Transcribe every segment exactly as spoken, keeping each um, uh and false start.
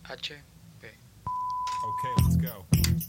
H P. Okay, let's go.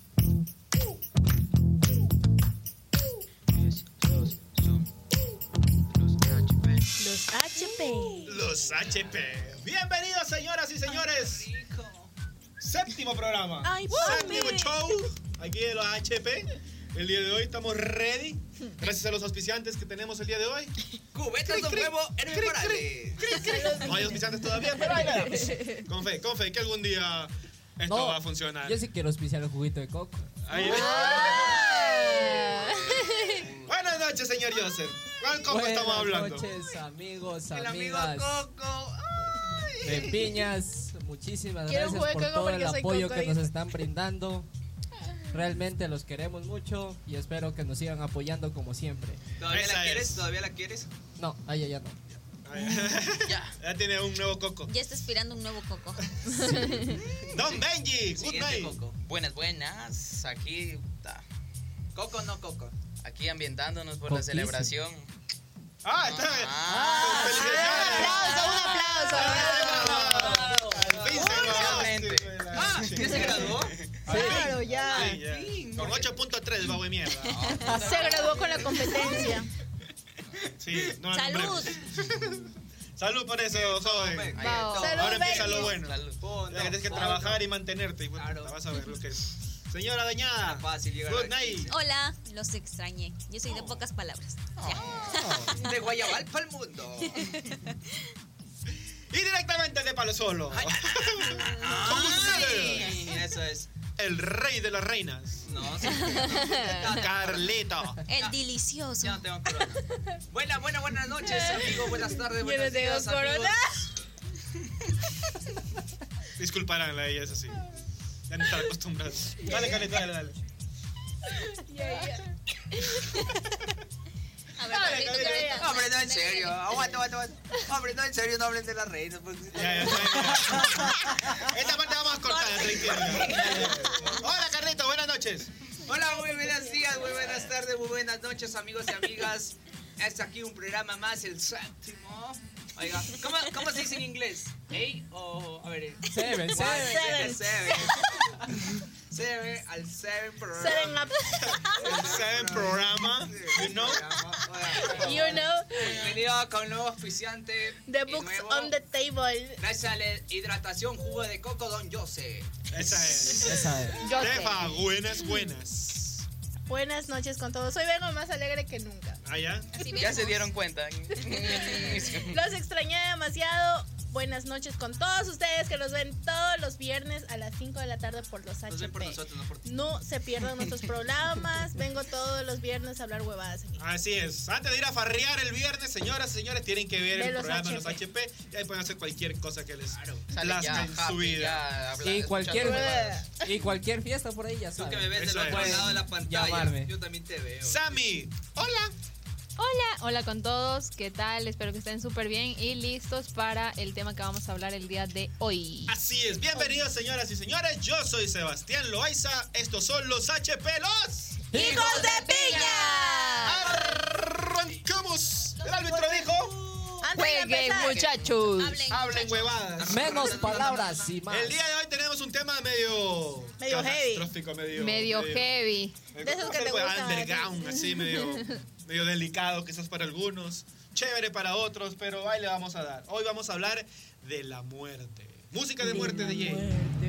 Los H P. Los H P. Bienvenidos, señoras y señores. Séptimo programa. Ay, Séptimo papi. show. Aquí de los H P. El día de hoy estamos ready. Gracias a los auspiciantes que tenemos el día de hoy. Cubetas de huevo en el Morales. No hay auspiciantes todavía, pero ahí veremos. Con fe, con fe, que algún día esto No, va a funcionar. Yo sí quiero auspiciar el juguito de coco. Ahí- Ah. Buenas noches, señor Joseph. ¿Cuál coco Buenas estamos hablando? noches, amigos, El amigo amigas Coco. de Piñas. Muchísimas Quiero un gracias juego de por coco todo el porque soy apoyo coco, que nos dice. están brindando. Realmente los queremos mucho y espero que nos sigan apoyando como siempre. ¿Todavía Esa la quieres? es. ¿Todavía la quieres? No, ahí ya no. Ya. Ya tiene un nuevo coco. Ya está aspirando un nuevo coco. Don Benji, good Siguiente night. Coco. Buenas, buenas. Aquí, ta, Coco no Coco. aquí ambientando por Coquísimo. la celebración. Ah, está bien. Ah, Un aplauso, un aplauso. Al fin se Finalmente. graduó. Ah, ¿ya se graduó? Claro, ya. Sí, ya. Con ocho punto tres, babo de mierda. Se graduó con la competencia. Sí, no la ¡Salud! nombremos. Salud por eso, joven. Ahí Vamos. está. Salud. Ahora empieza Benji. lo bueno. Salud. Punto. Ya que tienes que trabajar y mantenerte. Y bueno, Claro. vas a ver lo que es. Señora Dañada, Fácil llegar good aquí. night. Hola, los extrañé. Yo soy de pocas palabras. De Guayabal para el mundo. Y directamente de Palo Solo. Con ustedes, Ay, eso es. el rey de las reinas, No, sí. Carlito. El delicioso. Ya no tengo corona. Buenas, buenas, buenas noches, amigos. Buenas tardes, Yo buenos no tengo días, amigos. corona. Disculparán la ella, eso sí. Ya no están acostumbrados. Dale, Carlito, dale, dale. Ya, ya. A ver, Dale, Carlito, Carlito. Carlito. Hombre, no, en serio. Aguanta, aguanta, aguanta. Hombre, no, en serio, no hablen de la reina. Porque... Ya, ya, ya, ya. Esta parte vamos a cortar, tranquilo. Hola, Carlito, buenas noches. Hola, muy buenos días, muy buenas tardes, muy buenas noches, amigos y amigas. Es aquí un programa más, el séptimo. Oiga, ¿cómo, cómo se dice en inglés? ¿Eight o...? A ver... Seven, One, seven. seven. Seven. Seven al seven programa. Seven up. El Seven programa, you know. Oiga, You know, bienvenido con un nuevo auspiciante. the y books nuevo. on the table. Gracias a la hidratación jugo de coco Don Jose. Esa es. Esa es. Yo sé. Tefa, buenas, buenas. Buenas noches con todos. Hoy vengo más alegre que nunca. Ah, ya. Así Ya vemos. se dieron cuenta. Los extrañé demasiado. Buenas noches con todos ustedes que nos ven todos los viernes a las cinco de la tarde por los Nos ven por H P. nosotros, no por ti. No se pierdan nuestros programas. Vengo todos los viernes a hablar huevadas aquí. Así es. Antes de ir a farrear el viernes, señoras y señores, tienen que ver Ve el los programa de H los P. H P y ahí pueden hacer cualquier cosa que les Sale plazca ya, en su happy, vida. ya, habla- Y cualquier, escuchando huevadas. y cualquier fiesta por ahí ya Tú que me saben. ves Eso del otro es. lado de la pantalla. Llamarme. Yo también te veo. Sammy, hola. Hola, hola con todos, ¿qué tal? Espero que estén súper bien y listos para el tema que vamos a hablar el día de hoy. Así es. Bienvenidos, señoras y señores. Yo soy Sebastián Loaiza. Estos son los H P, los... ¡Hijos de piña! Arrancamos. El árbitro dijo... Antes de Jueguen, empezar, muchachos. Hablen. Hablen huevadas. Menos palabras y más. El día de hoy tenemos un tema medio... Medio heavy. catastrófico, medio... Medio heavy. De esos que te pues, gustan a ti. underground, así medio, medio delicado quizás para algunos, chévere para otros, pero ahí le vamos a dar. Hoy vamos a hablar de la muerte. Música de muerte de Jay.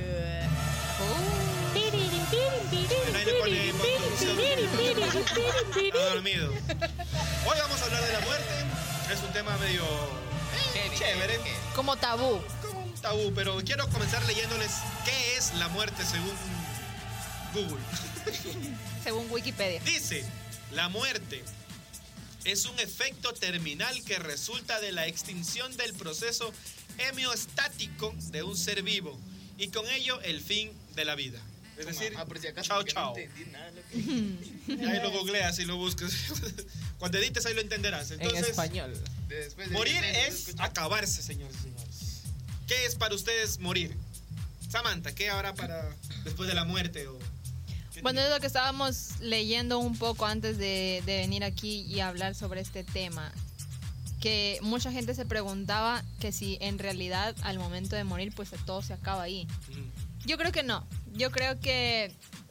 Ahí le pone postproducción. Está dormido. Hoy vamos a hablar de la muerte. Es un tema medio Heavy, chévere, heavy, heavy. Como tabú. como un tabú, pero quiero comenzar leyéndoles qué es la muerte según Google. Según Wikipedia. Dice, la muerte es un efecto terminal que resulta de la extinción del proceso homeostático de un ser vivo y con ello el fin de la vida. Es decir, Ah, por si acaso, chao, porque chao. No entendí nada de lo que... Ahí lo googleas y lo buscas. Cuando edites ahí lo entenderás. En Entonces, español. Después de morir diez meses, es escucha- acabarse, señores y señores. ¿Qué es para ustedes morir? Samantha, ¿qué habrá para después de la muerte? O qué Bueno, tiene? es lo que estábamos leyendo un poco antes de, de venir aquí y hablar sobre este tema. que mucha gente se preguntaba que si en realidad al momento de morir pues todo se acaba ahí. Mm. Yo creo que no. Yo creo que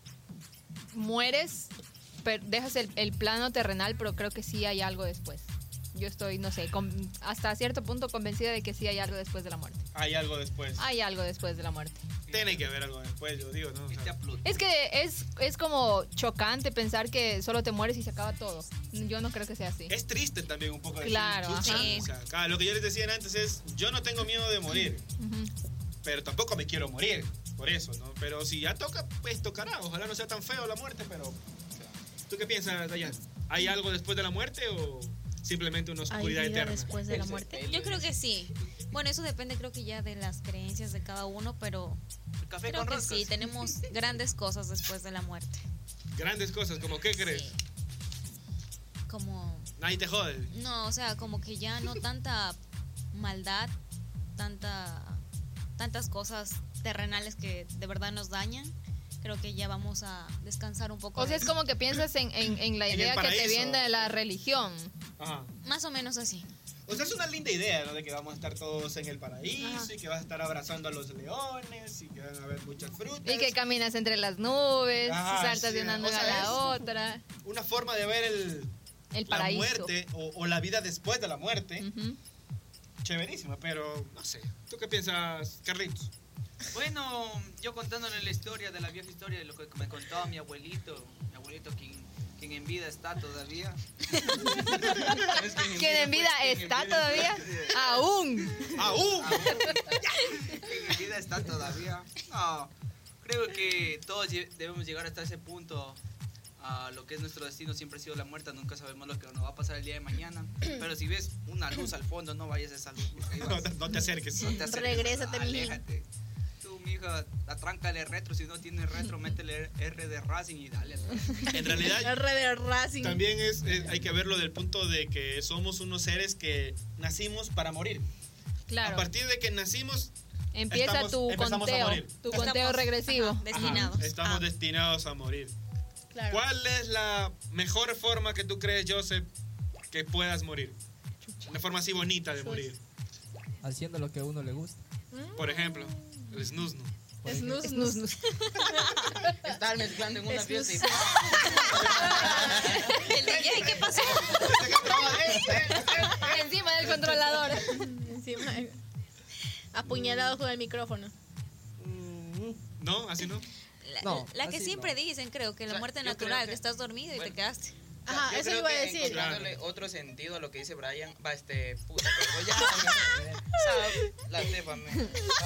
mueres, per- dejas el, el plano terrenal, pero creo que sí hay algo después. Yo estoy, no sé, con- hasta cierto punto convencida de que sí hay algo después de la muerte. Hay algo después. Hay algo después de la muerte. Tiene que haber algo después, yo digo, ¿no? O sea, Este a Pluto. Es que es, es como chocante pensar que solo te mueres y se acaba todo. Yo no creo que sea así. es triste también un poco. decir, Claro, chucha, ajá. o sea, claro, lo que yo les decía antes es, yo no tengo miedo de morir, Ujú. pero tampoco me quiero morir, por eso, ¿no? Pero si ya toca, pues tocará. Ojalá no sea tan feo la muerte, pero... o sea, ¿tú qué piensas, Dayan? ¿Hay algo después de la muerte o simplemente una Hay oscuridad vida eterna? después de la muerte. Yo creo que sí. Bueno, eso depende creo que ya de las creencias de cada uno, pero El café creo con que roscas. sí, tenemos grandes cosas después de la muerte. Grandes cosas, como ¿qué crees? Sí. Como, Nadie te jode. no, o sea, como que ya no tanta maldad, tanta, tantas cosas terrenales que de verdad nos dañan. Creo que ya vamos a descansar un poco. O sea, de es eso. como que piensas en, en, en la En el idea que te paraíso. viene de la religión. Ajá. Más o menos así. O sea, es una linda idea, ¿no? De que vamos a estar todos en el paraíso Ajá. y que vas a estar abrazando a los leones y que van a haber muchas frutas. Y que caminas entre las nubes, Ah, saltas sí, de una o nube sea, a la es- otra. Una forma de ver el, El la paraíso. muerte o, o la vida después de la muerte. Ujú. Chéverísima, pero no sé. ¿Tú qué piensas, Carlitos? Bueno, yo contándole la historia de la vieja historia de lo que me contaba mi abuelito, mi abuelito quien, quien en vida está todavía. ¿Sabes quién ¿Quién en vida fue? ¿Quién en está vida- todavía? Aún. ¡Aún! ¿Quién en vida está todavía? No, creo que todos lle- debemos llegar hasta ese punto. A lo que es nuestro destino siempre ha sido la muerte, nunca sabemos lo que nos va a pasar el día de mañana. Pero si ves una luz al fondo, no vayas a esa luz. ahí No, vas. te- no te acerques. No te acerques, Regrésate, mijín. aléjate. Tú, mija, atráncale retro, si no tienes retro, métele R de Racing y dale. En realidad, R de Racing. también es, es- hay que verlo del punto de que somos unos seres que nacimos para morir. A Claro. partir de que nacimos, Empieza estamos- tu empezamos a conteo. morir. Tu Estamos, conteo regresivo. ajá, destinados. estamos Ah. destinados a morir. Claro. ¿Cuál es la mejor forma que tú crees, Joseph, que puedas morir? Una forma así bonita de morir. Haciendo lo que a uno le gusta. Por ejemplo, el snusno. Por Es ejemplo. nus, Snus, nus. snus. Estar mezclando en una Es fiesta y... luz. El D J, ¿qué pasó? Encima del controlador. Encima. Apuñalado con el micrófono. ¿No? ¿Así no? La, No, la que así siempre no. dicen, creo que la O sea, muerte yo creo natural, que, que- estás dormido y bueno. te quedaste. Ajá, Yo eso creo iba a que decir. encontrándole otro sentido a lo que dice Brian, va este puta, pero ya, ¿sabes? La tefa me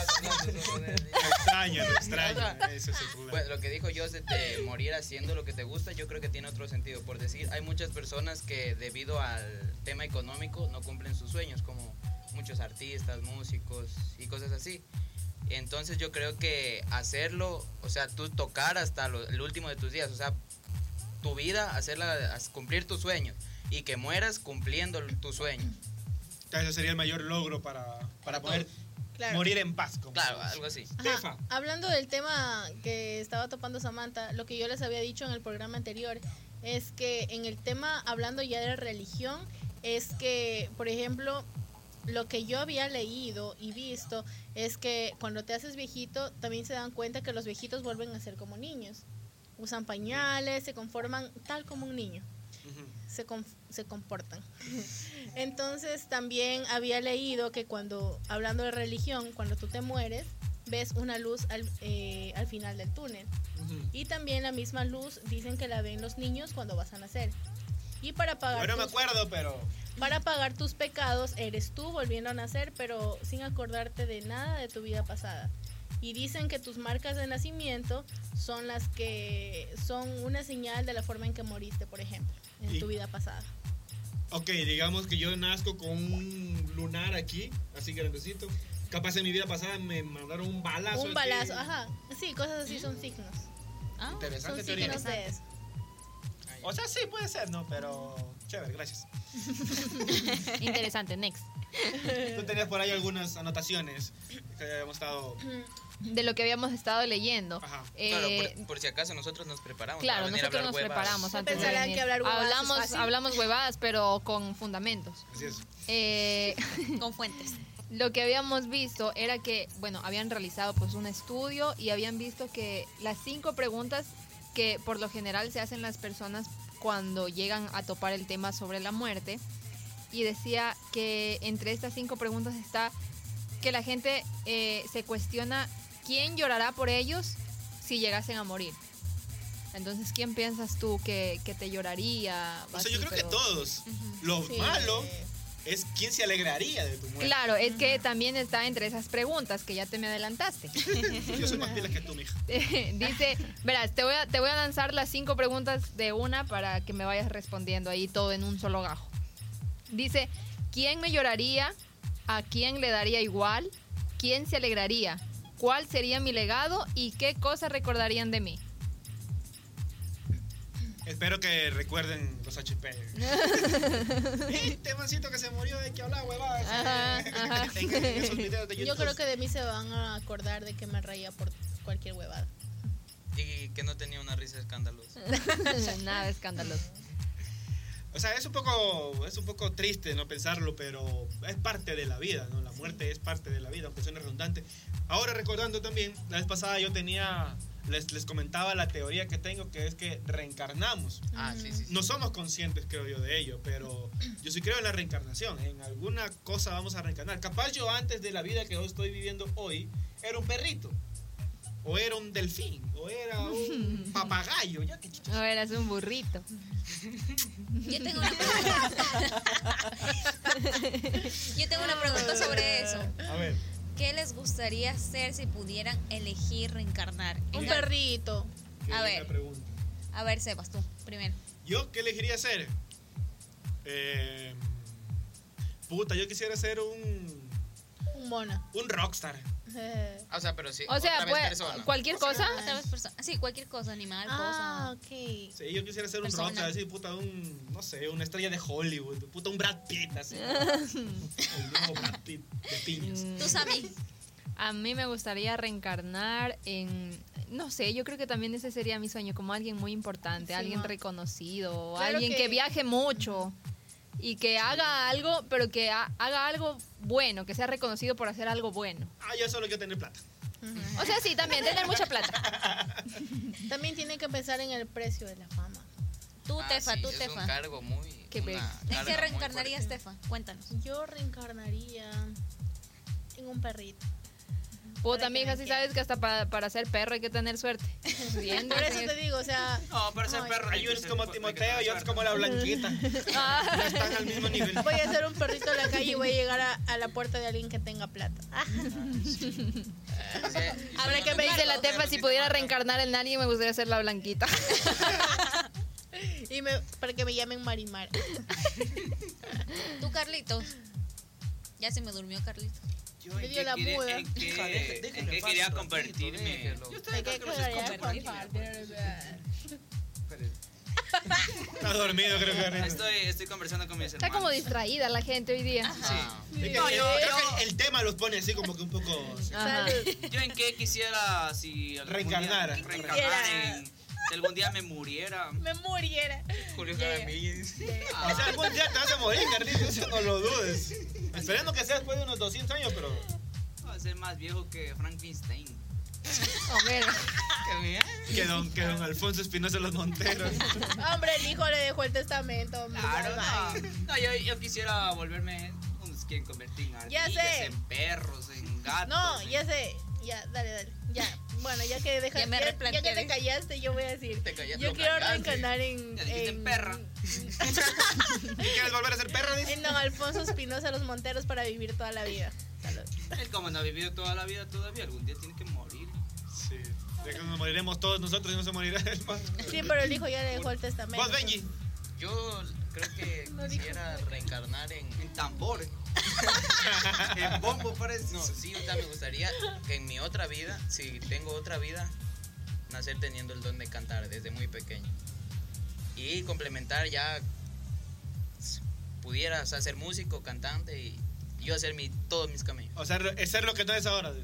Extraña, lo extraña. Ese es el problema. Pues lo que dijo Joseph de morir haciendo lo que te gusta, yo creo que tiene otro sentido. Por decir, hay muchas personas que debido al tema económico no cumplen sus sueños, como muchos artistas, músicos y cosas así. Entonces yo creo que hacerlo, o sea, tú tocar hasta lo- el último de tus días, o sea, tu vida, hacerla, haz- cumplir tus sueños y que mueras cumpliendo tus sueños. Ese sería el mayor logro para, para poder Claro. morir en paz. Como Claro, se dice. algo así. Ajá. Tefa. Hablando del tema que estaba topando Samantha, lo que yo les había dicho en el programa anterior es que en el tema, hablando ya de religión, es que, por ejemplo, lo que yo había leído y visto es que cuando te haces viejito, también se dan cuenta que los viejitos vuelven a ser como niños. Usan pañales, se conforman tal como un niño. Ujú. se, conf- se comportan. Entonces también había leído que cuando, hablando de religión, cuando tú te mueres, ves una luz al, eh, al final del túnel. Ujú. Y también la misma luz dicen que la ven los niños cuando vas a nacer. Y para pagar, Yo no me tus, acuerdo, pero para pagar tus pecados eres tú volviendo a nacer, pero sin acordarte de nada de tu vida pasada. Y dicen que tus marcas de nacimiento son las que son una señal de la forma en que moriste, por ejemplo, en Y- tu vida pasada. ok, digamos que yo nazco con un lunar aquí, así grandecito. Capaz en mi vida pasada me mandaron un balazo. Un aquí. balazo, ajá. Sí, cosas así son signos. Ah, Interesante Son teoría. signos de eso. O sea, sí, puede ser, ¿no? Pero chévere, gracias. Interesante, next. Tú tenías por ahí algunas anotaciones que habíamos estado de lo que habíamos estado leyendo. Ajá. Claro, Eh, por, por si acaso nosotros nos preparamos. Claro, para venir a nosotros hablar nos huevadas. preparamos No antes de pensarán venir. que hablar huevadas es hablamos, fácil. hablamos huevadas, pero con fundamentos. Así es. Eh, Con fuentes. lo que habíamos visto era que, bueno, habían realizado pues un estudio y habían visto que las cinco preguntas que por lo general se hacen las personas cuando llegan a topar el tema sobre la muerte, y decía que entre estas cinco preguntas está que la gente eh, se cuestiona quién llorará por ellos si llegasen a morir. Entonces, ¿quién piensas tú que, que te lloraría? O sea, Así, yo creo que pero- todos. Lo Sí. malo es quién se alegraría de tu muerte. Claro, es que también está entre esas preguntas que ya te me adelantaste. Yo soy más pila que tú, mija. Dice, verás, te voy, a, te voy a lanzar las cinco preguntas de una para que me vayas respondiendo ahí todo en un solo gajo. Dice, ¿quién me lloraría? ¿A quién le daría igual? ¿Quién se alegraría? ¿Cuál sería mi legado? ¿Y qué cosas recordarían de mí? Espero que recuerden los H P. Este mancito que se murió de que hablaba huevadas. Ajá, ajá. En, en esos videos de YouTube. Yo creo que de mí se van a acordar de que me reía por cualquier huevada. Y que no tenía una risa escandalosa. Nada escandaloso. O sea, es un poco es un poco triste no pensarlo, pero es parte de la vida, ¿no? La muerte es parte de la vida, aunque suene redundante. Ahora recordando también, la vez pasada yo tenía les les comentaba la teoría que tengo, que es que reencarnamos. Ah, sí, sí. sí. No somos conscientes, creo yo, de ello, pero yo sí creo en la reencarnación. En alguna cosa vamos a reencarnar. Capaz yo antes de la vida que yo estoy viviendo hoy era un perrito, o era un delfín, o era un papagayo. Ya que chucha. No, eras un burrito. Yo tengo una pregunta. Yo tengo una pregunta sobre eso. A ver. ¿Qué les gustaría hacer si pudieran elegir reencarnar? Un En- perrito. qué A linda ver. pregunta. A ver, Sebas, tú, primero. ¿Yo qué elegiría hacer? Eh, puta, yo quisiera ser un, Un mono. un rockstar. Eh. O sea, pero sí. O sea, otra vez pues, persona. cualquier cosa. Otra vez persona. Sí, cualquier cosa, animal, Ah, cosa. ok. Sí, yo quisiera ser un Persona. rockstar, así, puta, un, no sé, una estrella de Hollywood, puta, un Brad Pitt, así. El nuevo Brad Pitt de piñas. Mm, Tú, Sammy. A mí me gustaría reencarnar en, no sé, yo creo que también ese sería mi sueño, como alguien muy importante, Sí, alguien ma. reconocido, Claro alguien que... que- viaje mucho y que haga algo, pero que ha- haga algo bueno, que sea reconocido por hacer algo bueno. Ah, yo solo quiero tener plata. O sea, sí, también tener mucha plata. También tienen que pensar en el precio de la fama. Tú, Ah, Tefa, sí, tú, es Tefa. un cargo muy. Qué una bello. ¿En carga qué muy reencarnarías, fuerte. Tefa? Cuéntanos. Yo reencarnaría en un perrito. Puta, Para que mija, me si quede. sabes que hasta pa- para ser perro hay que tener suerte. Bien, Por eso te digo, o sea, No, para ser Ay. perro. Ay, hay yo que eres ser- como hay que Timoteo tener y otro suerte. como la Blanquita. Ah. No están al mismo nivel. voy a hacer un perrito en la calle y voy a llegar a, a la puerta de alguien que tenga plata. Ah, O sea, Ahora que me dice la Tefa, si pudiera reencarnar en alguien, me gustaría ser la blanquita. y me, para que me llamen Marimar. Tú, Carlitos. Ya se me durmió Carlitos. Yo Me en dio qué la quería- muda. en qué- Hija, deje- en déjenlo qué en paz quería un ratito, convertirme. déjelo. Yo estoy Me acá quedé que los cagaría, convertirme. Está dormido, creo que. Estoy, estoy conversando con mis Está hermanos. como distraída la gente hoy día. Ah, Es que No, el- yo- creo yo- que el tema los pone así como que un poco. Ajá. Yo en qué quisiera si algún Reencarnara. día, reencarnar en, si algún día me muriera. Me muriera. Julio Yeah. Jaramillo. O sea, algún día te vas a morir, Carlitos, eso no lo dudes. Esperando que sea después de unos doscientos años, pero. Va a ser más viejo que Frankenstein. A ver, Que don, que don Alfonso Espinosa Los Monteros. Hombre, el hijo le dejó el testamento. hombre, Claro, bye, bye. no. No, yo, yo quisiera volverme. Unos quieren convertir en Ya ardillas, sé. en perros, en gatos. No, en- ya sé. Ya, dale, dale. Ya. Bueno, ya que deja, Ya me ya, replanteé. ya que te callaste, yo voy a decir. Te callaste, Yo lo quiero callaste. reencarnar en. Ya dijiste en perra. ¿Y quieres volver a ser perro? Dice? En don Alfonso Espinosa Los Monteros para vivir toda la vida. Salud. Él como no ha vivido toda la vida todavía, algún día tiene que morir. Sí. Ya que nos moriremos todos nosotros y no se morirá él. Sí, pero el hijo ya le dejó el testamento. Vos, Benji. Yo creo que No dijo quisiera reencarnar en. En tambor. En bombo parece. No, sí, o sea, me gustaría que en mi otra vida, si tengo otra vida, nacer teniendo el don de cantar desde muy pequeño. Y complementar ya, s- pudiera, o sea, ser músico, cantante y yo hacer mi, todos mis caminos. O sea, es ser lo que no es ahora, dices tú.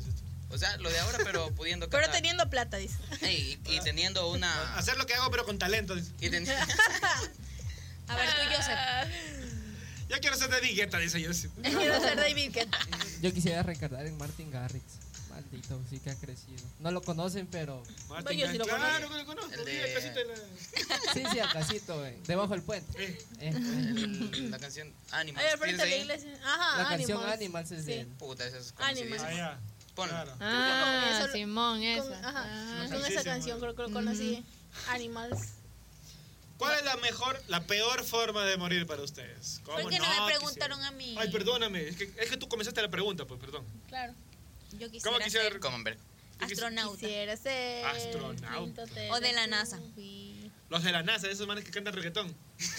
O sea, lo de ahora, pero pudiendo Pero cantar. teniendo plata, dice. Ey, y, y teniendo una... Hacer lo que hago, pero con talento. dice. y ten- A ver, tú, Joseph. Yo quiero ser de Vigueta, dice yo. sí. Quiero ser David Guetta. Yo quisiera reencarnar en Martin Garrix. Maldito, sí que ha crecido. No lo conocen, pero Martin Yo sí lo Garrix. Claro conozco. que lo conozco. El de- mira, casita de la- sí, sí, acasito, eh, debajo del puente. Eh, Eh, eh. el- la canción Animals. Ahí al frente de la ¿tienes ahí? iglesia. Ajá, La canción Animals. Animals es Sí. de él. Puta, esa es Animals. Ah, conocidísima. ya. Ponlo. Claro. Ah, Eso- Simón, Con, esa. ajá, Ah. con Sí, esa sí, canción sí. creo que lo conocí. Animals. ¿Cuál es la mejor, la peor forma de morir para ustedes? ¿Cómo ¿Por qué no, me quisiera? preguntaron a mí? Ay, perdóname. Es que, es que tú comenzaste la pregunta, pues, perdón. Claro. Yo quisiera, ¿Cómo quisiera? ser Como ver. astronauta. Quisiera ser. Astronauta. quinto O de la NASA. Terry. Los de la NASA, esos manes que cantan reggaetón.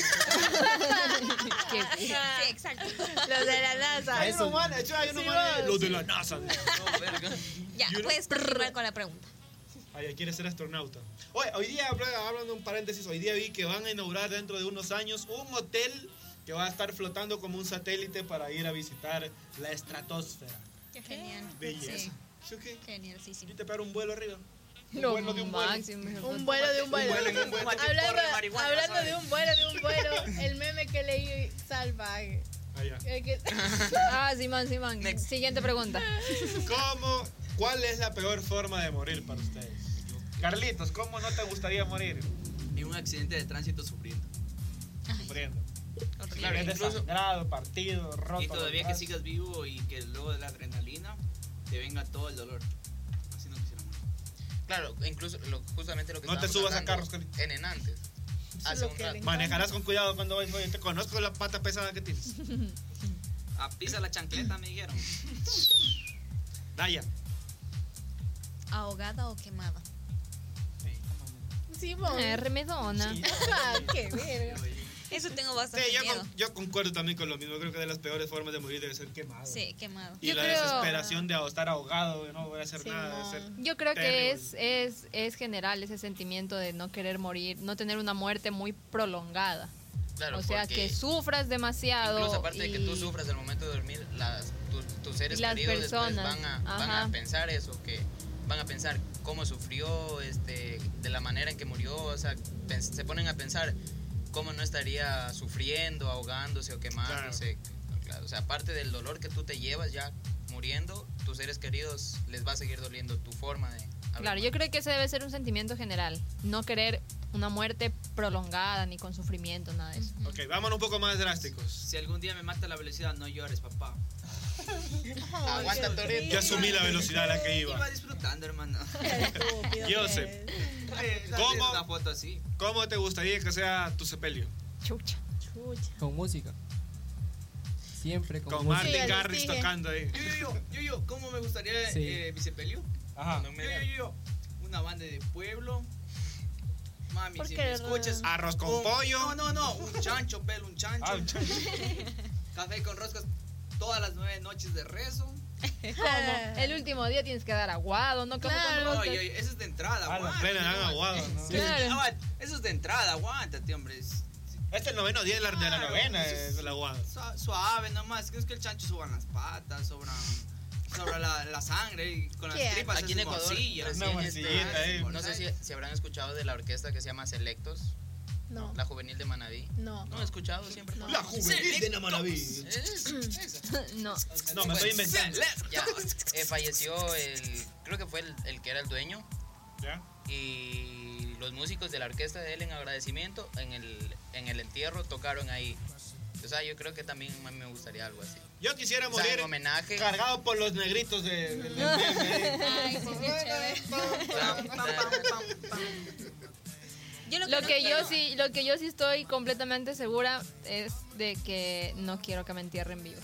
Qué Sí, exacto. Los de la NASA. Hay unos manes, hay unos Sí, manes. vos. Los de la NASA. No, verga. Ya, You know- puedes continuar con la pregunta. Ay, quiere ser astronauta. Oye, hoy día, habla- hablando de un paréntesis, hoy día vi que van a inaugurar dentro de unos años un hotel que va a estar flotando como un satélite para ir a visitar la estratosfera. Qué genial. Belleza. Sí, ¿Sí o qué? genial, sí, sí. ¿Y te pegar un vuelo arriba? Un Lo vuelo de un vuelo. máximo. Un vuelo de un vuelo. vuelo en un vuelo. Hablando, Porro de marihuana, hablando ¿sabes? de un vuelo de un vuelo, el meme que leí salvaje. Allá. El que- Ah, Simón, Simón. Next. Siguiente pregunta. ¿Cómo, cuál es la peor forma de morir para ustedes? Carlitos, ¿cómo no te gustaría morir? En un accidente de tránsito sufriendo. Sufriendo. Horrible. Claro, es incluso- desangrado, partido, roto. Y todavía los que brazos. sigas vivo y que luego de la adrenalina te venga todo el dolor. Así no quisiera morir. Claro, incluso lo- justamente lo que No te estábamos subas a hablando carros, Carlitos. en Enantes. Hace lo un que rato. le- Manejarás con cuidado cuando vayas. Oye, te conozco la pata pesada que tienes. A pisa la chancleta me dijeron. Daya. ¿Ahogada o quemada? Sí, vos. Eh, remedona. Sí. Ah, qué verga. Eso tengo Sí, bastante yo, miedo. con- yo concuerdo también con lo mismo. Creo que de las peores formas de morir debe ser quemado. Sí, quemado. Y Yo la creo- desesperación de estar ahogado, de no voy a hacer Sí, nada. no. De ser Yo creo que terrible. es, es, es general ese sentimiento de no querer morir, no tener una muerte muy prolongada. Claro, o sea, porque que sufras demasiado. incluso aparte de que tú y- sufras al momento de dormir, las, tu- tus seres Las queridos después personas, van a, van ajá. a pensar eso, que van a pensar cómo sufrió, este, de la manera en que murió, o sea, pens- se ponen a pensar cómo no estaría sufriendo, ahogándose o quemándose. Claro, o sea, aparte del dolor que tú te llevas ya muriendo, tus seres queridos les va a seguir doliendo tu forma de... haber Claro, yo muerto. creo que ese debe ser un sentimiento general. No querer una muerte prolongada ni con sufrimiento, nada de eso. Ok, vámonos un poco más drásticos. Si algún día me mata la velocidad, no llores, papá. Aguanta, qué Toretto. Ya asumí la velocidad a la que iba. Iba disfrutando, hermano. Estúpido Joseph. que Oye, ¿Cómo? ¿sabes una foto así? ¿Cómo te gustaría que sea tu sepelio? Chucha. es. Chucha. Con música. Siempre con, Con música. Martin Sí, Garrix sigue. tocando ahí. Yo, yo, yo, yo, yo, ¿cómo me gustaría Sí. eh, mi sepelio? Ajá. Yo, yo, yo, yo, una banda de pueblo. Mami, ¿Por si qué? me escuchas. Arroz con un- pollo. No, no, no, un chancho, pelo, un chancho. Ah, un chancho. Café con roscas todas las nueve noches de rezo. ¿Cómo? El último día tienes que dar aguado, ¿no? Como Claro. con Oye, roscas. oye, eso es de entrada, A la aguanta. plena dan aguado, ¿no? Claro. Aguanta, eso es de entrada, aguántate, hombre. Es- Este es el noveno día de la, de la Claro, novena, eso es el aguado. Sua- Suave nomás, que es que el chancho suban las patas, sobra, sobra la, la sangre y con las ¿Qué? tripas Aquí en haces Ecuador, morcilla. recién, Una este, morcillita, eh. no sé si, si habrán escuchado de la orquesta que se llama Selectos, No, la juvenil de Manaví. no. No he escuchado siempre. No. La juvenil de Namanaví. Es- esa. No. No, me estoy inventando. Ya, eh, falleció el, creo que fue el, el que era el dueño, ¿Ya? y los músicos de la orquesta de él en agradecimiento en el, en el entierro tocaron ahí. O sea, yo creo que también a mí me gustaría algo así. Yo quisiera O sea, morir en homenaje. cargado por los negritos de, del del meme. Ay, sí, qué chévere. Pam, pam, pam, pam, pam. Yo Lo que no yo quiero- sí, lo que yo sí estoy completamente segura es de que no quiero que me entierren vivo.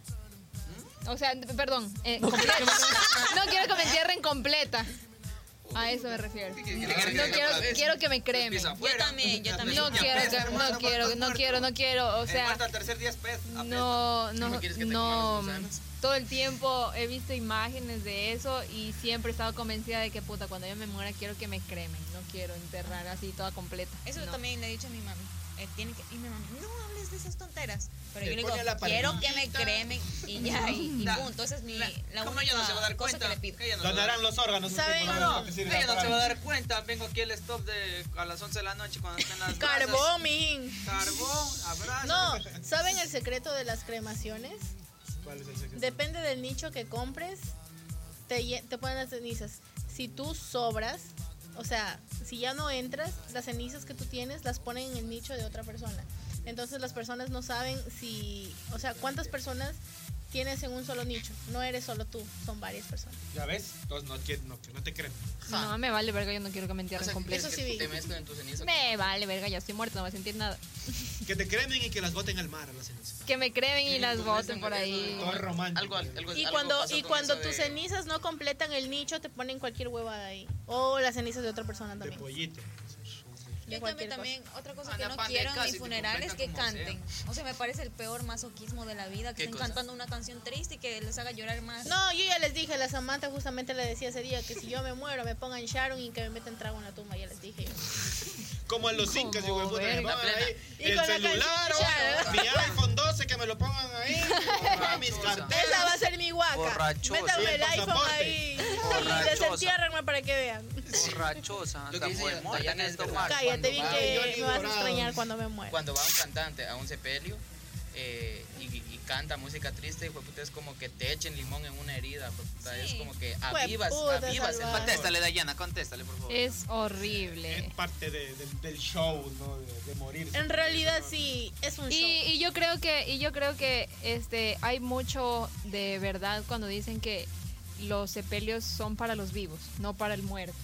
O sea, d- perdón, eh, completa. No quiero que me entierren completa. A eso me refiero. ¿Qué quiere que No le quiero, haga? quiero que me cremen. Empieza Yo afuera. también, yo también. No quiero, que, no quiero, no quiero, no quiero. O El sea, muerto al tercer día es pez. no, ¿No no, quieres que te no. coman los gusanos? todo el tiempo he visto imágenes de eso y siempre he estado convencida de que puta, cuando yo me muera quiero que me cremen, no quiero enterrar así toda completa. Eso no. también le he dicho a mi mami. Eh, tiene que, y mi mami, no hables de esas tonteras. Pero Te yo le pone digo, la quiero que me parrillita. cremen y ya, y, y La- punto. Esa es mi, la- la ¿Cómo única ella no se va a dar cosa cuenta? que le pido. Ella no se va a dar- Donarán los órganos. un ¿Saben? tipo, No, ¿no? No, Que sirven ella no para- se va a dar cuenta. Vengo aquí al stop de a las once de la noche cuando estén las Carbón, brasas. mijín. Carbón, abrazo. No, ¿saben el secreto de las cremaciones? ¿Cuál es el secreto? Depende del nicho que compres, te, lle- te ponen las cenizas. Si tú sobras, o sea, si ya no entras, las cenizas que tú tienes las ponen en el nicho de otra persona. Entonces las personas no saben si, o sea, cuántas personas tienes en un solo nicho. No eres solo tú, son varias personas. ¿Ya ves? Entonces no, quieren- no, que no te creen. No, me vale verga, yo no quiero que me O entierren sea, completo. ¿quieres Eso sí que vi. te mezclen tus cenizas? Me vale verga, ya estoy muerta, no voy a sentir nada. Que te cremen y que las boten al mar a las cenizas. Que me cremen y las Tú boten ves por en- ahí. Todo es romántico. Algo, algo, Y algo cuando pasó y con cuando eso tus de- cenizas no completan el nicho, te ponen cualquier huevada ahí. O las cenizas de otra persona De también. pollito. De Yo cualquier también, cosa. también, otra cosa Anda, que no pan de quiero en casa y mi te funeral es que completan como canten. O sea, me parece el peor masoquismo de la vida, que ¿Qué estén cosa? cantando una canción triste y que les haga llorar más. No, yo ya les dije, la Samantha justamente le decía ese día que si yo me muero me pongan Sharon y que me metan trago en la tumba, ya les dije yo. Como a los Como incas, hijo de puta, que me verga. pongan ahí Y el con la celular, canción, o mi iPhone doce, que me lo pongan ahí, ah, mis carteras. Esa va a ser mi guaca. Borrachosa. Métanme Y el el iPhone pasaporte. ahí y Borrachosa. desentiérrenme para que vean. Borrachosa, Lo que hasta dice muy muerta Dayana en es esto verdad. más. Cállate Cuando bien va- que Johnny me vas a Dorado. extrañar cuando me muera. Cuando va un cantante a un sepelio eh, y, y canta música triste, hijo de puta, es como que te echen limón en una herida. hijo de puta, Sí. Es como que Jue avivas, puta, avivas el salvaje. dolor. Contéstale, Dayana, contéstale, por favor. Es horrible. Es parte de- de- del show, ¿no? De, de morir. En realidad sí, es un Y, show. y yo creo que y yo creo que este hay mucho de verdad cuando dicen que los sepelios son para los vivos, no para el muerto.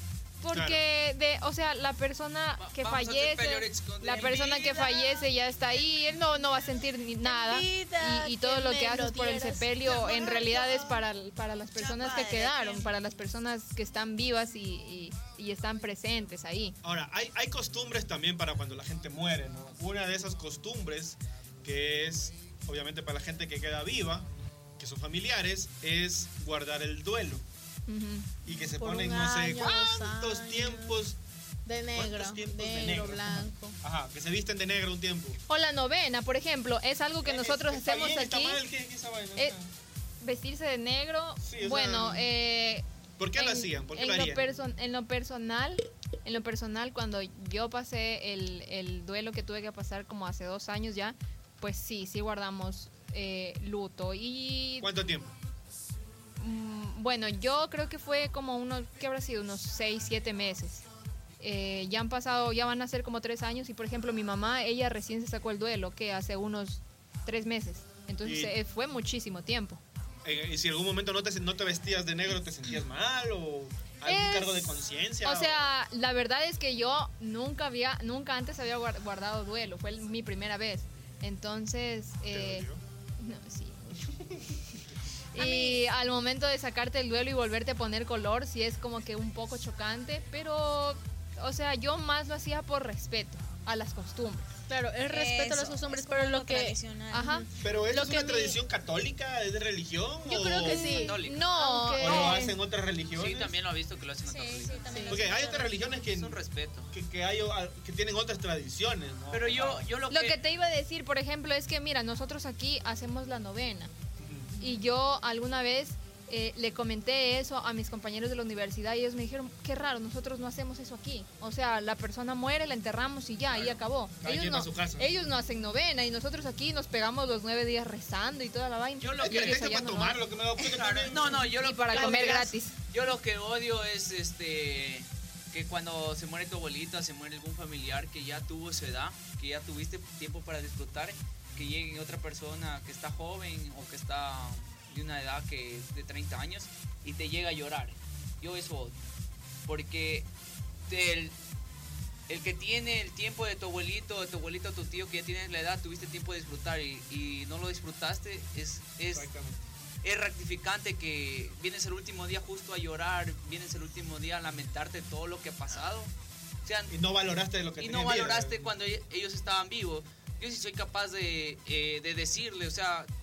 Porque de, o sea, la persona Va- que vamos al sepelio, fallece, Rix, con la el persona que vida. fallece ya está ahí, él no no va a sentir ni nada. vida Y, y todo que lo me que haces lo por el dieras, sepelio en chaval. realidad es para, para las personas que Chaval, quedaron, que- para las personas que están vivas y, y- y están presentes ahí. Ahora, hay, hay costumbres también para cuando la gente muere, ¿no? Una de esas costumbres, que es obviamente para la gente que queda viva, que son familiares, es guardar el duelo. Ujú. Y que se Por ponen un no sé año, dos cuántos años. tiempos, De negro, ¿cuántos tiempos de negro, negro? blanco. Ajá, que se visten de negro un tiempo. O la novena, por ejemplo, es algo que nosotros ¿Está hacemos bien, está aquí. mal? ¿Qué- qué esa vaina? Eh, vestirse de negro, Sí, o sea, bueno, eh, ¿Por qué lo en- hacían? ¿Por qué en lo lo, harían? perso- en lo personal, en lo personal, cuando yo pasé el, el duelo que tuve que pasar como hace dos años ya, pues sí, sí guardamos eh, luto. Y ¿Cuánto tiempo? mm, bueno, yo creo que fue como unos, ¿qué habrá sido? Unos seis, siete meses. Eh, ya han pasado, ya van a ser como tres años y por ejemplo mi mamá, ella recién se sacó el duelo, que hace unos tres meses. Entonces Y- eh, fue muchísimo tiempo. Eh, ¿Y si en algún momento no te, no te vestías de negro, te sentías mal o algún Es- cargo de conciencia? O sea, la verdad es que yo nunca había, nunca antes había guar- guardado duelo, fue el- mi primera vez. Entonces, ¿Te eh, dolió? no, sí, mucho. Y al momento de sacarte el duelo y volverte a poner color, sí es como que un poco chocante, pero, o sea, yo más lo hacía por respeto a las costumbres. Claro, es respeto a las Eso, costumbres, es como pero lo algo que... tradicional. Ajá. ¿Pero eso lo es que una mi- tradición católica? ¿Es de religión? Yo o- creo que sí. Católica. No, Aunque- ¿O lo eh, hacen otras religiones? Sí, también lo he visto que lo hacen Sí, otras sí, religiones. también lo Porque hacen hay otras otras religiones que, Es un respeto. que, que, hay, que tienen otras tradiciones, ¿no? Pero yo, yo lo, lo que... que te iba a decir, por ejemplo, es que mira, nosotros aquí hacemos la novena. Y yo alguna vez eh, le comenté eso a mis compañeros de la universidad y ellos me dijeron, qué raro, nosotros no hacemos eso aquí. O sea, la persona muere, la enterramos y ya, ahí acabó. Cada Ellos quien no, a su casa. ellos no hacen novena y nosotros aquí nos pegamos los nueve días rezando y toda la vaina. Yo lo Es que que ellos es allá para no lo tomar, hacen. lo que me da cuenta Claro, también. no, no, yo lo Y para yo comer lo que- gratis. Yo lo que odio es este que cuando se muere tu abuelita, se muere algún familiar que ya tuvo su edad, que ya tuviste tiempo para disfrutar, que llegue otra persona que está joven o que está de una edad que es de treinta años y te llega a llorar. Yo eso odio. Porque el, el que tiene el tiempo de tu abuelito, de tu abuelito, tu tío, que ya tienes la edad, tuviste tiempo de disfrutar y, y no lo disfrutaste, es, es, Exactamente. es rectificante que vienes el último día justo a llorar, vienes el último día a lamentarte todo lo que ha pasado. O sea, Y no valoraste lo que y tenías no vida. valoraste cuando e- ellos estaban vivos. Yo sí soy capaz de, eh, de decirle, o sea,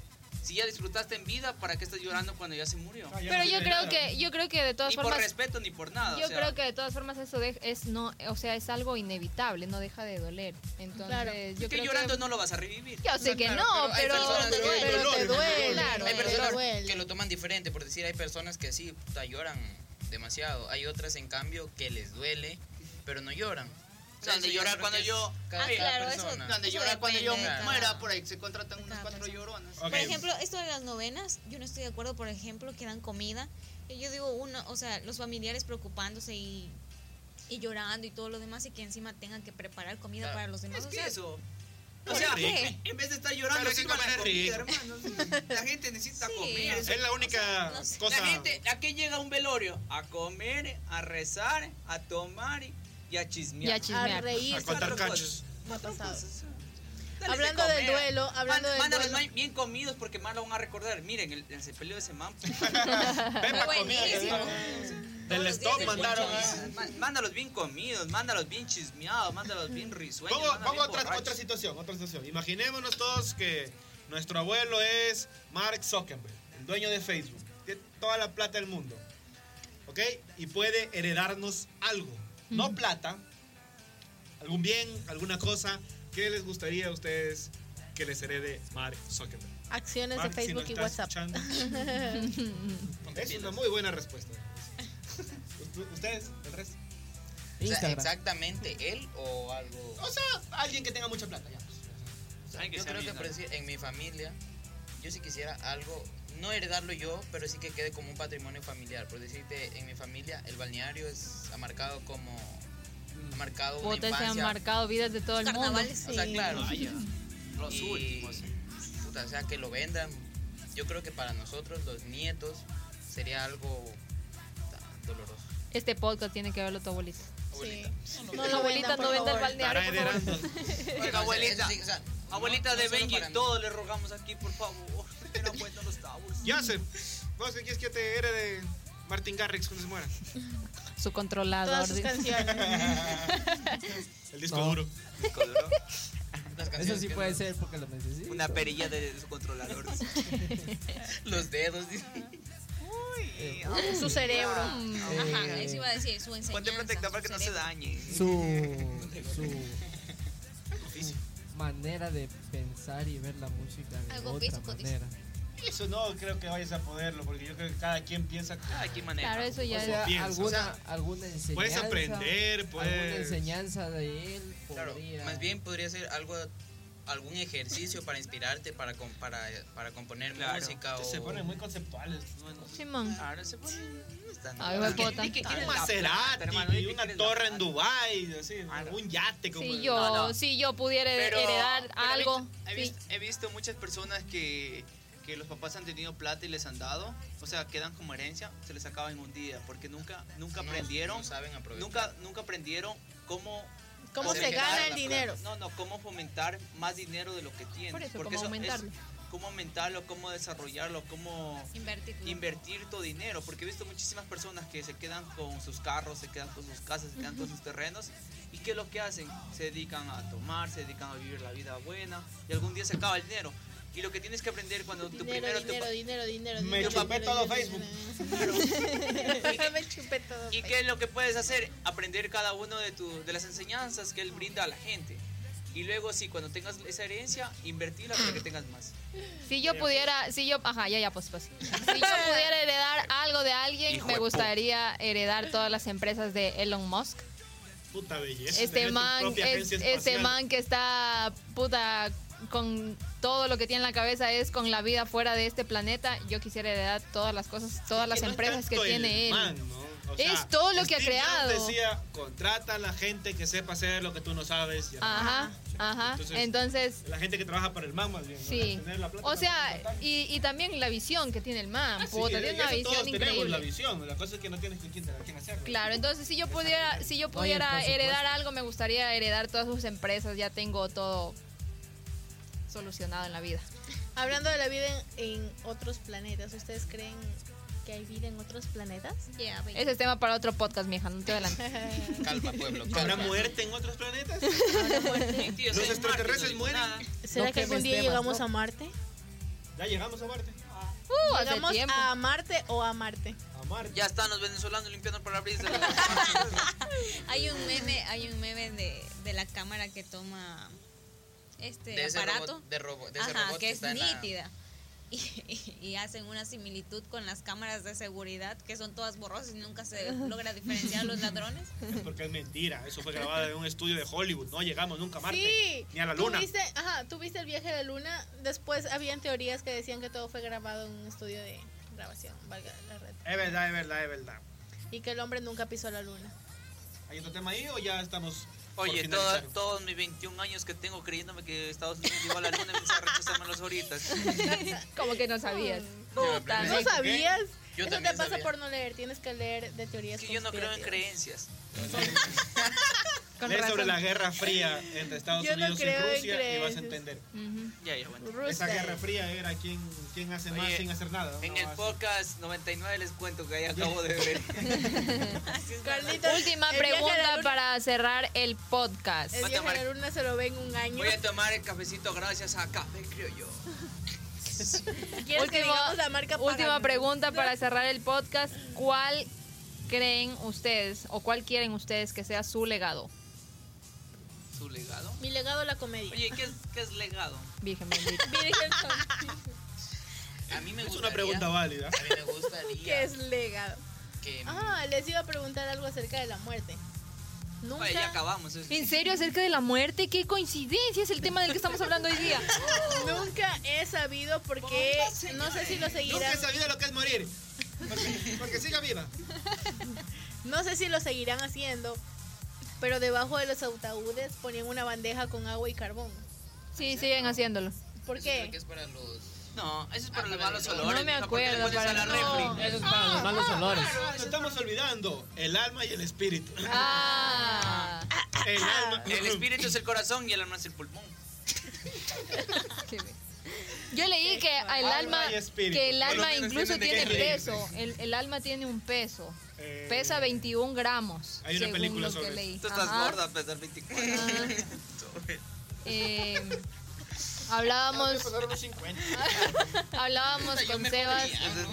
Si ya disfrutaste en vida, ¿para qué estás llorando cuando ya se murió? Ah, ya Pero no yo tiene creo nada. que yo creo que de todas Ni por formas respeto ni por nada. yo o sea, creo que de todas formas eso de- es no, o sea, es algo inevitable, no deja de doler. Entonces, Claro. yo es que creo llorando que no lo vas a revivir. yo sé que Claro, no, pero hay pero, personas que- pero dolor, te es dolor. duele. Claro, Hay te personas duele. que lo toman diferente, por decir, hay personas que sí, puta, lloran demasiado. Hay otras, en cambio, que les duele, pero no lloran. O sea, Donde eso yo llorar creo cuando que es yo- cada- Ah, cada claro, eso- persona. Donde Eso llorar cuando yo depende de cada- muera, por ahí se contratan unas cada cuatro persona. lloronas. Ok. Por ejemplo, esto de las novenas, yo no estoy de acuerdo, por ejemplo, que dan comida. Y yo digo, uno, o sea, los familiares preocupándose y, y llorando y todo lo demás, y que encima tengan que preparar comida Claro. para los demás. Es o que sea, eso. O Pero sea, es rico. en en vez de estar llorando, Pero que sirvan comer la es comida, rico. hermano. La gente necesita Sí. comer. Es la única no sé. cosa. La gente, ¿a qué llega un velorio? A comer, a rezar, a tomar y a chismear. Y a A chismear. reír. A contar Cuatro cachos. cosas. Me ha pasado. Dale Hablando de del comer. duelo, hablando Man- del mándalos duelo. bien- bien comidos porque más lo van a recordar. Miren, el, el sepelio de ese man. Pepa buenísimo. comida. Del Todos los stop días mandaron. escucho ¿eh? Ma- Mándalos bien comidos, mándalos bien chismeados, mándalos bien risueños. Pongo, mándalos pongo bien otra, borrachos. otra situación, otra situación. Imaginémonos todos que nuestro abuelo es Mark Zuckerberg, el dueño de Facebook. Tiene toda la plata del mundo. ¿Ok? Y puede heredarnos algo. No plata, algún bien, alguna cosa. ¿Qué les gustaría a ustedes que les herede Mark Zuckerberg? Acciones de Mark, si Facebook nos y estás WhatsApp. escuchando. Es una muy buena respuesta. ¿Ust- ¿Ustedes? ¿El resto? O sea, Instagram. exactamente él o algo. O sea, alguien que tenga mucha plata, ya. pues. O sea, Alguien que yo sea creo que por millonario. decir, en mi familia, yo sí quisiera algo, no heredarlo yo, pero sí que quede como un patrimonio familiar. Por decirte, en mi familia el balneario es ha marcado como ha marcado una Botes se han infancia. marcado vidas de todo el mundo. carnavales. O sea, Sí. claro. Vaya, los Y, últimos. puta, o sea, que lo vendan. Yo creo que para nosotros, los nietos, sería algo puta, doloroso. Este podcast tiene que verlo tu abuelita. Abuelita. Sí. No, No la lo abuelita vendan, no por vende el favor. balneario, Estará por favor. heredando. Oiga, abuelita. Eso sí, o sea, Abuelita no- de no solo Benji, para mí. todos le rogamos aquí, por favor. Que no cuenten los tabús. Yasser, ¿vos qué quieres que te herede Martin Garrix cuando se muera? Su controlador. Todas sus dice. canciones. El disco No. duro. Las Eso canciones sí que puede no- ser porque lo necesito. Una perilla de su controlador. Los dedos. dice. Su cerebro. Ajá, Eh, eso iba a decir, su enseñanza. Ponte protector para que su no se cerebro. dañe. su, su manera de pensar y ver la música de Algo otra físico, dice. manera. Eso no creo que vayas a poderlo, porque yo creo que cada quien piensa. Ay, qué manera. Claro, eso ya O sea, piensa, alguna, o sea, alguna enseñanza. Puedes aprender, Alguna puedes. enseñanza de él. Claro, podría- más bien podría ser algo, algún ejercicio para inspirarte para, com- para, para componer Claro. música o... Se ponen muy conceptuales. ¿no? No sé. Simón. Ahora se pone. no están- Ay, güey, puta. Di que Un quieren la Maserati plata, hermano, di y que una quieren la torre en plata. Dubai, así, Ah, no. un yate como Si el- yo, No, no. si yo pudiera Pero- heredar pero he algo. visto- He sí. visto, he visto muchas personas que, que los papás han tenido plata y les han dado. O sea, quedan como herencia, se les acaba en un día. Porque nunca, nunca no- aprendieron. no saben aprovechar. Nunca, nunca aprendieron cómo. ¿Cómo Hacer se que gana gane el la dinero? No, no, cómo fomentar más dinero de lo que tienes. Por eso, porque cómo eso es aumentarlo. cómo aumentarlo, cómo desarrollarlo, cómo Invertir. invertir tu dinero, porque he visto muchísimas personas que se quedan con sus carros, se quedan con sus casas, se quedan con sus terrenos, y ¿qué es lo que hacen? Se dedican a tomar, se dedican a vivir la vida buena, y algún día se acaba el dinero. Y lo que tienes que aprender cuando tu Dinero, primero te dinero, pa- dinero, dinero, Me dinero, chupé dinero, todo dinero, Facebook. dinero. Me chupé todo ¿Y qué Facebook. es lo que puedes hacer? Aprender cada uno de, tu, de las enseñanzas que él brinda a la gente. Y luego sí, cuando tengas esa herencia, invertirla para que tengas más. Si yo pudiera, si yo, ajá, ya, ya, pues, pues. Si yo pudiera heredar algo de alguien, Hijo me de gustaría heredar todas las empresas de Elon Musk. Puta belleza. Este tener tu man, propia es- agencia este espacial. man que está, puta, con todo lo que tiene en la cabeza es con la vida fuera de este planeta. Yo quisiera heredar todas las cosas, todas las Que no es empresas que tanto el tiene él. man, ¿no? O Es todo lo que ha Steve Jobs creado. decía, contrata a la gente que sepa hacer lo que tú no sabes. y Ajá, ajá. Entonces, Entonces, La gente que trabaja para el man más bien. ¿no? sí. Tener la plata O para sea, contratar. y, y también la visión que tiene el man, Ah, sí, puta, y tiene una eso visión todos tenemos increíble. la visión. La cosa es que no tienes con quién, quién hacerlo. Claro, entonces si yo pudiera, si yo No, y el pudiera presupuesto. heredar algo, me gustaría heredar todas sus empresas. Ya tengo todo solucionado en la vida. Hablando de la vida en, en otros planetas, ¿ustedes creen que hay vida en otros planetas? Yeah, baby. Ese es tema para otro podcast, mija, no te adelante. Calma, pueblo, ¿Habrá calma. muerte en otros planetas? Sí, tío, Los soy extraterrestres Marte, no digo mueren. nada. ¿Será No que algún quemes día temas, llegamos ¿no? a Marte? ¿Ya llegamos a Marte? Uh, hace Llegamos tiempo. a Marte o a Marte. A Marte. Ya están los venezolanos limpiando el parabrisas. Hay un meme, hay un meme de, de la cámara que toma este De ese aparato. robot, de, robo- de ese Ajá, robot que es está en la- nítida. Y, y- y hacen una similitud con las cámaras de seguridad que son todas borrosas y nunca se logra diferenciar a los ladrones. Porque es mentira. Eso fue grabado en un estudio de Hollywood. No llegamos nunca a Marte. Sí. Ni a la ¿Tú Luna. viste, ajá, tú viste el viaje a la Luna. Después habían teorías que decían que todo fue grabado en un estudio de grabación, valga la red. Es verdad, es verdad, es verdad. Y que el hombre nunca pisó la Luna. ¿Hay otro tema ahí o ya estamos por Oye, finalizar? toda- todos mis veintiún años que tengo creyéndome que Estados Unidos llegó a la luna y empieza a rechazármelos ahorita. Como que no sabías. Puta, ¿No ¿qué? sabías? Yo Eso te también pasa sabía. por no leer. Tienes que leer de teorías Es que yo no creo en conspirativas. creencias. Con Lee sobre razón. la Guerra Fría entre Estados Yo no Unidos y creo en Rusia y vas a creencias. entender. Ujú. Ya, ya, bueno. Esa Rusia. Guerra Fría era quién, quién hace más Oye, sin hacer nada. En No, el así. podcast noventa y nueve les cuento que ahí acabo de ver. Carlitos, Última el viaje a la pregunta Luna- para cerrar el podcast. El viaje a la Luna se lo ve en un año. Voy a tomar el cafecito gracias a Café Criollo. ¿Quieres que digamos la marca última Págame? pregunta para cerrar el podcast. ¿Cuál creen ustedes o cuál quieren ustedes que sea su legado? ¿Su legado? Mi legado, la comedia. Oye, ¿qué es, qué es legado? Virgen bendita. Virgen A mí me Es gustaría. una pregunta válida. A mí me gustaría ¿Qué es legado? que. Ah, les iba a preguntar algo acerca de la muerte. Nunca. Oye, ya acabamos. eso. ¿En serio acerca de la muerte? ¡Qué coincidencia! Es el tema del que estamos hablando hoy día. Nunca he sabido por qué. No sé si lo Nunca seguirán. he sabido lo que es morir. Porque, porque siga viva. No sé si lo seguirán haciendo. Pero debajo de los ataúdes ponían una bandeja con agua y carbón. Sí, siguen haciéndolo. ¿Por Eso creo qué? que es para los. No, eso es para Ah, los para malos los- olores. No me mijo, porque le acuerdo, pones a para- la no. refri. Eso es para los malos olores. Nos estamos olvidando el alma y el espíritu. Ah. El alma. El espíritu es el corazón y el alma es el pulmón. Qué bien. Yo leí que el Alma alma, y espíritu. que el Por lo alma menos incluso tienen de tiene qué peso. El, el alma tiene un peso. Eh, Pesa veintiún gramos. Hay una según película lo que sobre leí. Tú estás Ajá. gorda, pesar veinticuatro. Eh, Tengo hablábamos, que pasar unos cincuenta. hablábamos Yo con me Sebas.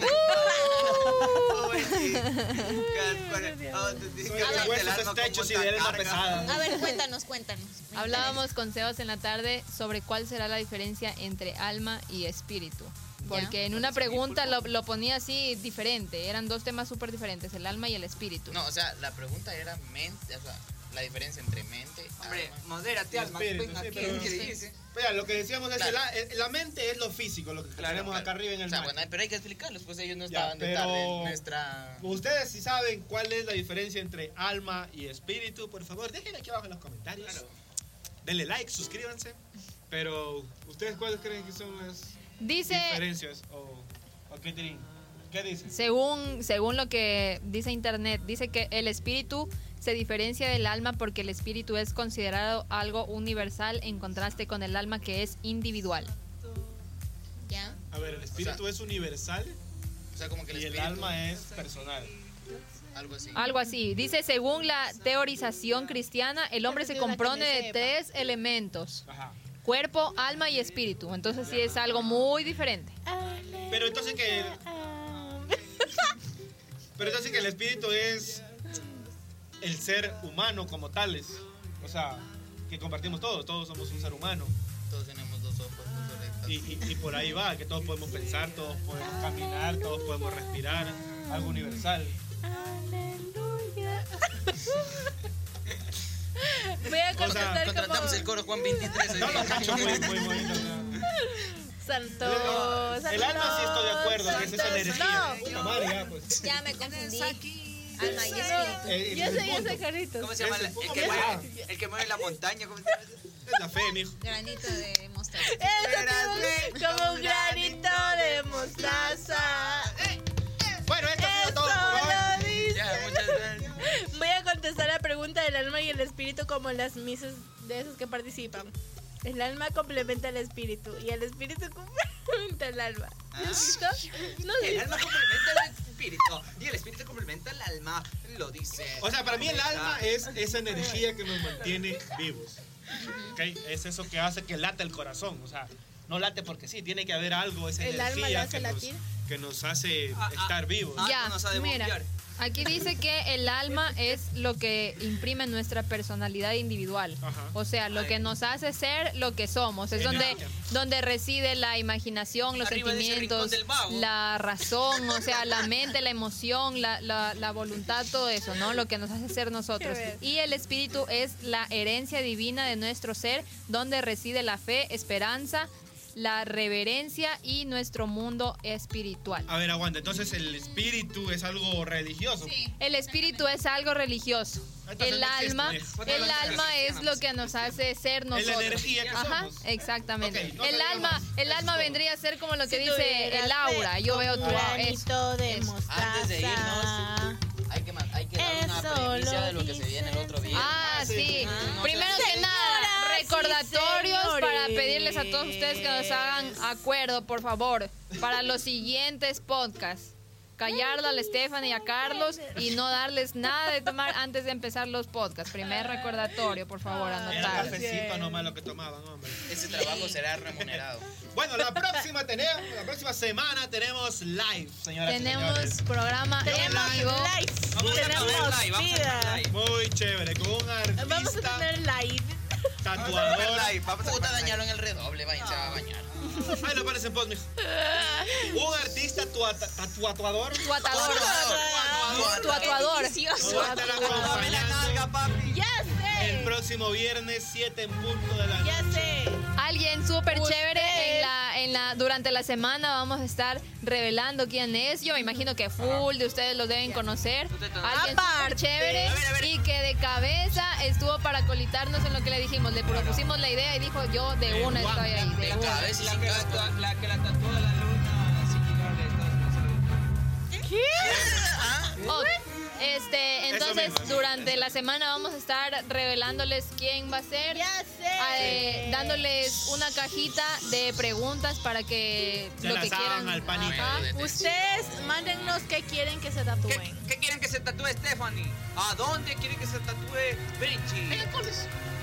Soy de huesos estrechos y de alma pesada. A ver, cuéntanos, cuéntanos. Me Hablábamos con Sebas en la tarde sobre cuál será la diferencia entre alma y espíritu. Porque en una pregunta lo, lo ponía así diferente. Eran dos temas súper diferentes, el alma y el espíritu. No, o sea, la pregunta era mente, o sea, la diferencia entre mente. Hombre, alma. modérate, Y alma. espíritu, Venga, sí, aquí. pero- ¿Qué dice? Mira, lo que decíamos es que Claro. la, eh, la mente es lo físico, lo que Claro, tenemos Claro. acá arriba en el O sea, mar. bueno, pero hay que explicarlos, pues ellos no Ya, estaban de pero- tarde en nuestra. Ustedes si saben cuál es la diferencia entre alma y espíritu, por favor, déjenla aquí abajo en los comentarios. Claro. Denle like, suscríbanse. Pero, ¿ustedes cuáles creen que son las Dice, diferencias? O, o qué, tienen? ¿Qué dicen? según, según lo que dice internet, dice que el espíritu se diferencia del alma porque el espíritu es considerado algo universal en contraste con el alma que es individual. ¿Ya? A ver, el espíritu es universal O sea, como que el y el espíritu, alma es personal. algo así. Algo así. Dice, según la teorización cristiana, el hombre se Una que me compone de sepa. tres elementos. Ajá. Cuerpo, alma y espíritu. Entonces sí es algo muy diferente. Pero entonces que... Pero entonces que el espíritu es el ser humano como tales. O sea, que compartimos todos. Todos somos un ser humano. Todos tenemos dos ojos, dos orejas. Y, y- y por ahí va, que todos podemos pensar, todos podemos caminar, todos podemos respirar. Algo universal. Aleluya. Voy a O sea, contestar Contratamos como el coro Juan veintitrés. No, lo cacho muy, muy bonito. santo. El alma sí estoy de acuerdo, que es esa energía. No. Puta madre, ya, pues. Ya me confundí. Alma y espíritu. Eh, Ya el sé, ya punto. sé, Carlitos. ¿Cómo se llama? Ese El, punto que que mueve, va. el que mueve la montaña. ¿Cómo se llama? Es la fe, mijo. Granito de mostaza. Eso tío, como un granito de mostaza. Bueno, esto ha sido Eso todo por hoy. lo dice. Ya, muchas gracias. Voy a contestar la pregunta del alma y el espíritu como en las misas de esos que participan. El alma complementa al espíritu y el espíritu complementa al alma. ¿No has visto? ¿No has El visto? alma complementa al espíritu y el espíritu complementa al alma. Lo dice. O sea, para mí el alma es esa energía que nos mantiene vivos. ¿Ok? Es eso que hace que lata el corazón. O sea, no late porque sí, tiene que haber algo, esa El alma le energía hace que nos, latir. que nos hace Ah, ah, estar vivos. ah, Ya, nos ha de mira, bombear. aquí dice que el alma es lo que imprime nuestra personalidad individual. Ajá. O sea, lo que nos hace ser lo que somos. Es donde, Energía. donde reside la imaginación, los Arriba de ese rincón sentimientos, del vago. la razón, o sea, la mente, la emoción, la, la, la voluntad, todo eso, ¿no? Lo que nos hace ser nosotros. Qué ver. Y el espíritu es la herencia divina de nuestro ser, donde reside la fe, esperanza, la reverencia y nuestro mundo espiritual. A ver, aguanta. Entonces el espíritu es algo religioso. El espíritu es algo religioso. Entonces El no existe, alma, pues. el alma es lo que nos hace ser nosotros. energía que Ajá, somos. exactamente. Ok, no el sabía alma, más. el Eso alma es todo. vendría a ser como lo que Si dice tuvieras el aura. fe Yo veo como tu un aura. granito de eso. mostaza. Antes de irnos, hay que, ma- hay que dar una Eso primicia lo de lo que se viene el otro viernes. Ah, sí. no Primero sé. que nada, Señoras y recordatorios señores. para pedirles a todos ustedes que nos hagan acuerdo, por favor, para los siguientes podcasts. Callarla a la Stephanie y a Carlos y no darles nada de tomar antes de empezar los podcasts. Primer recordatorio, por favor, Era anotar. cafecito nomás lo que tomaban, hombre. Ese trabajo será remunerado. Bueno, la próxima tenemos, la próxima semana tenemos live, señoras y Tenemos señores. programa en Tenemos vivo. live. Vamos a tener Tenemos live, vamos a vida. tener live. Muy chévere, con un artista, Vamos a tener live. tatuador. Vamos a Puta, comer live. dañaron el redoble, vayan, se va a bañar. Ahí lo aparece en post, mijo. Un artista tua- tatuador. Tuatador. Tuatuador. Nos va a estar acompañando Ya el sé. próximo viernes siete en punto de la Ya noche. sé. Alguien súper Usted. chévere en la, en la, durante la semana vamos a estar revelando quién es. Yo me imagino que full de ustedes lo deben conocer. Alguien súper Aparte. chévere A ver, a ver. y que de cabeza estuvo para colitarnos en lo que le dijimos. Le propusimos la idea y dijo yo de una estoy ahí. De De una. cabeza y La sin que la, casco. tua- la que la tatuó la luna sin llegar de Estados Unidos. Ok, Este, entonces mismo, eso durante la semana vamos a estar revelándoles quién va a ser. Ya sé. eh, dándoles una cajita de preguntas para que Se lo las que hagan quieran. al panito. Ajá. Ustedes mándennos qué quieren que se ¿Qué, tatúen. qué quieren que se tatúe Stephanie? ¿A dónde quieren que se tatúe Benji? En el culo.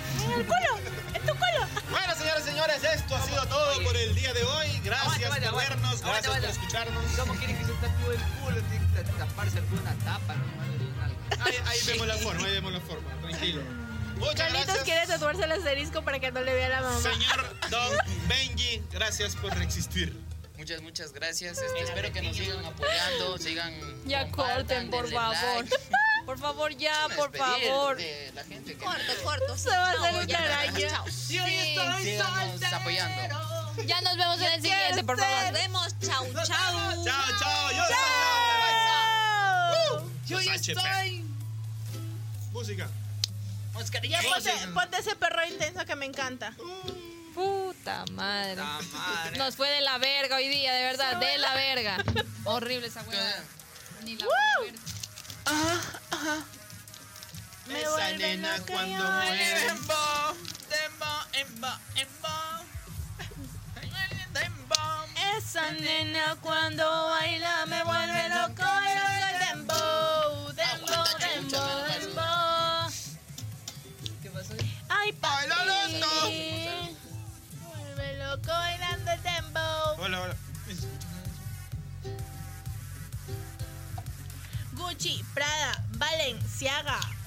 En tu culo. Bueno, señores y señores, esto ha sido todo por el día de hoy. Gracias Aguanta, por aguanta, vernos, aguanta, gracias aguanta. por escucharnos. ¿Cómo quieren que se tatúe el culo? Tiene que taparse con una tapa, ¿no? Ahí, ahí vemos la forma, ahí vemos la forma, tranquilo. Muchas Carlitos gracias. quiere tatuarse el asterisco para que no le vea la mamá. Señor Don Benji, gracias por existir. Muchas, muchas gracias. Este, espero que nos sigan apoyando, sigan. Ya compartan, corten, por denle favor. like. Por favor, ya, Déjame por despedir favor. de la gente que Corto, corto. Se va a hacer No, una ya, araña. chao. Sí. síganos apoyando. Ya nos vemos en el siguiente, por favor. Nos vemos. Chau, chau. Chao, chao, yo ¡Chao! soy Los H P. Música. Oscar, Ya ponte, ponte ese perro intenso que me encanta. Puta madre. La madre. Nos fue de la verga hoy día, de verdad, de la verga. Horrible esa hueá. Ni la voy a ver. Me Esa vuelve nena loca cuando y ahora- muere. Dembo, dembo, embo, embo. Dembo. Esa nena cuando baila me vuelve loco bailando el dembow, dembow, Aguanta, chucha, dembow, me dembow. ¿Qué pasó? Ay, papi. Bailando. Me vuelve loco bailando el dembow. Hola, hola. Gucci, Prada, Balenciaga,